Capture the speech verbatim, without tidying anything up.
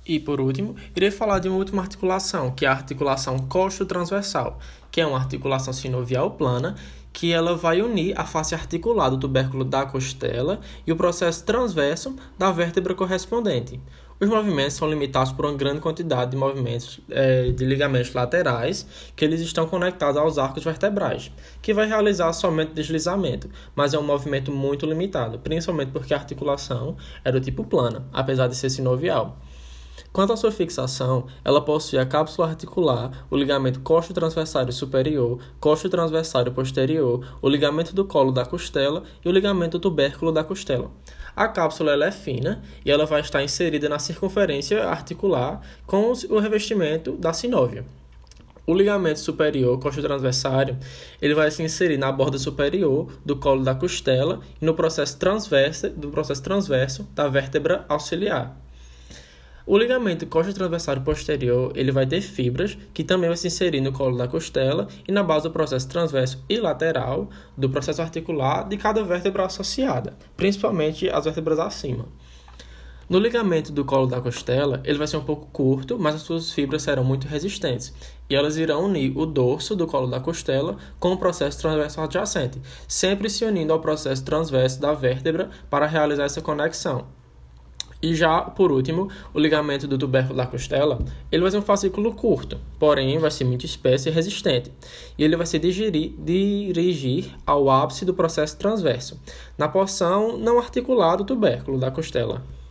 E, por último, irei falar de uma última articulação, que é a articulação costo-transversal, que é uma articulação sinovial plana, que ela vai unir a face articular do tubérculo da costela e o processo transverso da vértebra correspondente. Os movimentos são limitados por uma grande quantidade de movimentos é, de ligamentos laterais, que eles estão conectados aos arcos vertebrais, que vai realizar somente deslizamento, mas é um movimento muito limitado, principalmente porque a articulação é do tipo plana, apesar de ser sinovial. Quanto à sua fixação, ela possui a cápsula articular, o ligamento costo-transversário superior, costo-transversário posterior, o ligamento do colo da costela e o ligamento do tubérculo da costela. A cápsula ela é fina e ela vai estar inserida na circunferência articular com o revestimento da sinóvia. O ligamento superior costo-transversário ele vai se inserir na borda superior do colo da costela e no processo transverso, do processo transverso da vértebra auxiliar. O ligamento costo-transversário posterior ele vai ter fibras que também vai se inserir no colo da costela e na base do processo transverso e lateral do processo articular de cada vértebra associada, principalmente as vértebras acima. No ligamento do colo da costela, ele vai ser um pouco curto, mas as suas fibras serão muito resistentes e elas irão unir o dorso do colo da costela com o processo transverso adjacente, sempre se unindo ao processo transverso da vértebra para realizar essa conexão. E já, por último, o ligamento do tubérculo da costela, ele vai ser um fascículo curto, porém vai ser muito espesso e resistente. E ele vai se dirigir, dirigir ao ápice do processo transverso, na porção não articulada do tubérculo da costela.